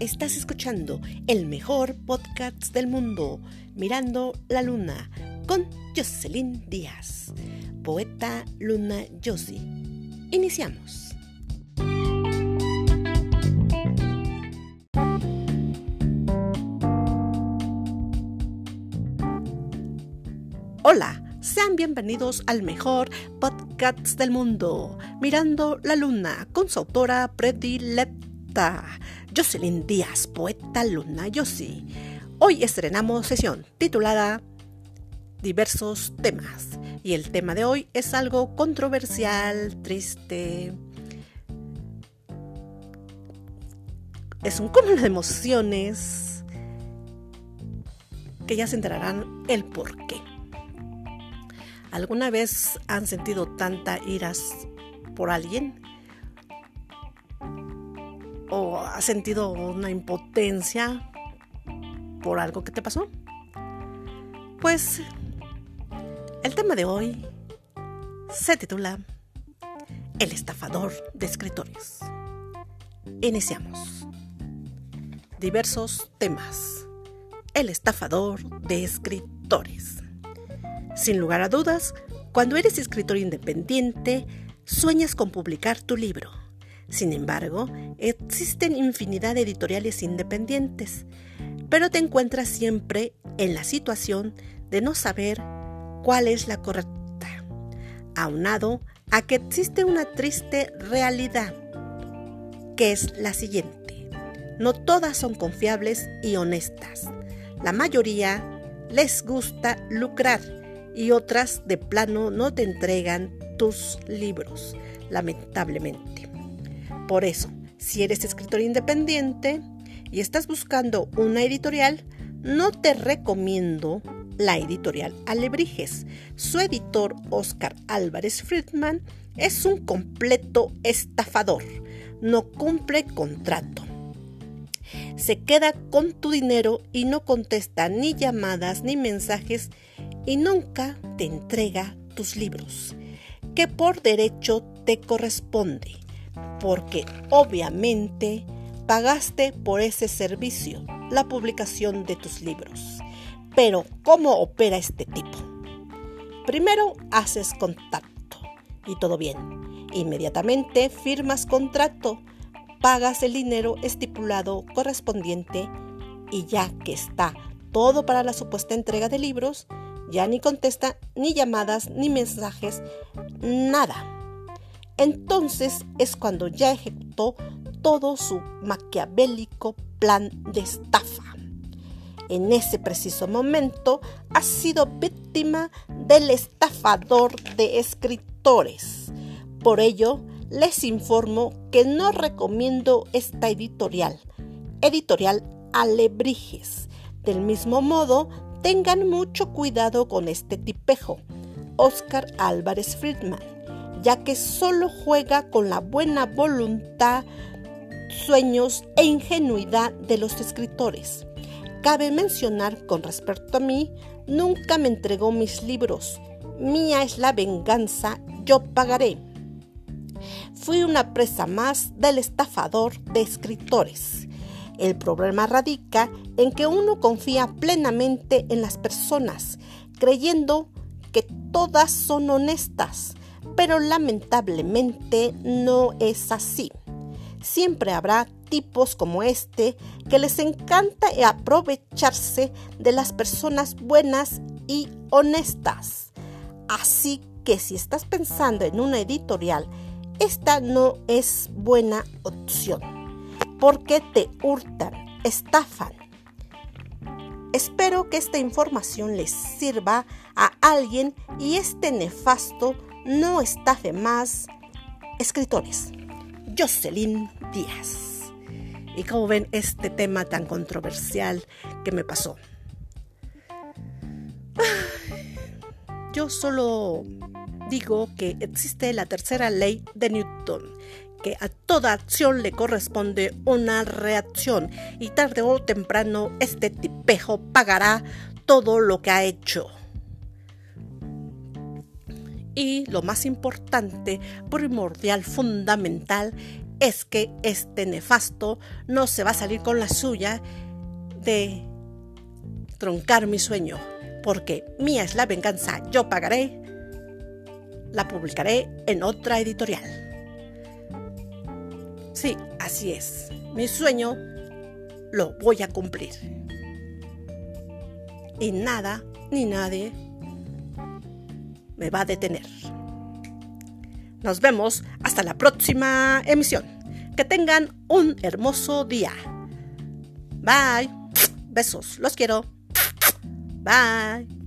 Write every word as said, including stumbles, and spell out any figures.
Estás escuchando el mejor podcast del mundo, Mirando la Luna, con Jocelyn Díaz, poeta Luna Yossi. Iniciamos. Hola, sean bienvenidos al mejor podcast del mundo, Mirando la Luna, con su autora predilecta, Jocelyn Díaz, poeta Luna Yossi. Hoy estrenamos sesión titulada Diversos temas, y el tema de hoy es algo controversial, triste. Es un cúmulo de emociones que ya se enterarán el porqué. ¿Alguna vez han sentido tanta ira por alguien? ¿O has sentido una impotencia por algo que te pasó? Pues el tema de hoy se titula El estafador de escritores. Iniciamos. Diversos temas. El estafador de escritores. Sin lugar a dudas, cuando eres escritor independiente, sueñas con publicar tu libro. Sin embargo, existen infinidad de editoriales independientes, pero te encuentras siempre en la situación de no saber cuál es la correcta, aunado a que existe una triste realidad, que es la siguiente: no todas son confiables y honestas. La mayoría les gusta lucrar, y otras de plano no te entregan tus libros, lamentablemente. Por eso, si eres escritor independiente y estás buscando una editorial, no te recomiendo la editorial Alebrijes. Su editor, Oscar Álvarez Friedman, es un completo estafador. No cumple contrato. Se queda con tu dinero y no contesta ni llamadas ni mensajes, y nunca te entrega tus libros, que por derecho te corresponde, porque obviamente pagaste por ese servicio, la publicación de tus libros. Pero ¿cómo opera este tipo? Primero haces contacto y todo bien. Inmediatamente firmas contrato, pagas el dinero estipulado correspondiente, y ya que está todo para la supuesta entrega de libros, ya ni contesta ni llamadas ni mensajes, nada. Entonces es cuando ya ejecutó todo su maquiavélico plan de estafa. En ese preciso momento has sido víctima del estafador de escritores. Por ello, les informo que no recomiendo esta editorial, editorial Alebrijes. Del mismo modo, tengan mucho cuidado con este tipejo, Oscar Álvarez Friedman, ya que solo juega con la buena voluntad, sueños e ingenuidad de los escritores. Cabe mencionar con respecto a mí, nunca me entregó mis libros. Mía es la venganza, yo pagaré. Fui una presa más del estafador de escritores. El problema radica en que uno confía plenamente en las personas, creyendo que todas son honestas, pero lamentablemente no es así. Siempre habrá tipos como este que les encanta aprovecharse de las personas buenas y honestas. Así que si estás pensando en una editorial, esta no es buena opción, porque te hurtan, estafan. Espero que esta información les sirva a alguien y este nefasto no estafe más escritores. Jocelyn Díaz. ¿Y cómo ven este tema tan controversial que me pasó? Yo solo digo que existe la tercera ley de Newton, que a toda acción le corresponde una reacción, y tarde o temprano este tipejo pagará todo lo que ha hecho. Y lo más importante, primordial, fundamental, es que este nefasto no se va a salir con la suya de truncar mi sueño, porque mía es la venganza, yo pagaré, la publicaré en otra editorial. Sí, así es, mi sueño lo voy a cumplir. Y nada ni nadie me va a detener. Nos vemos hasta la próxima emisión. Que tengan un hermoso día. Bye. Besos, los quiero. Bye.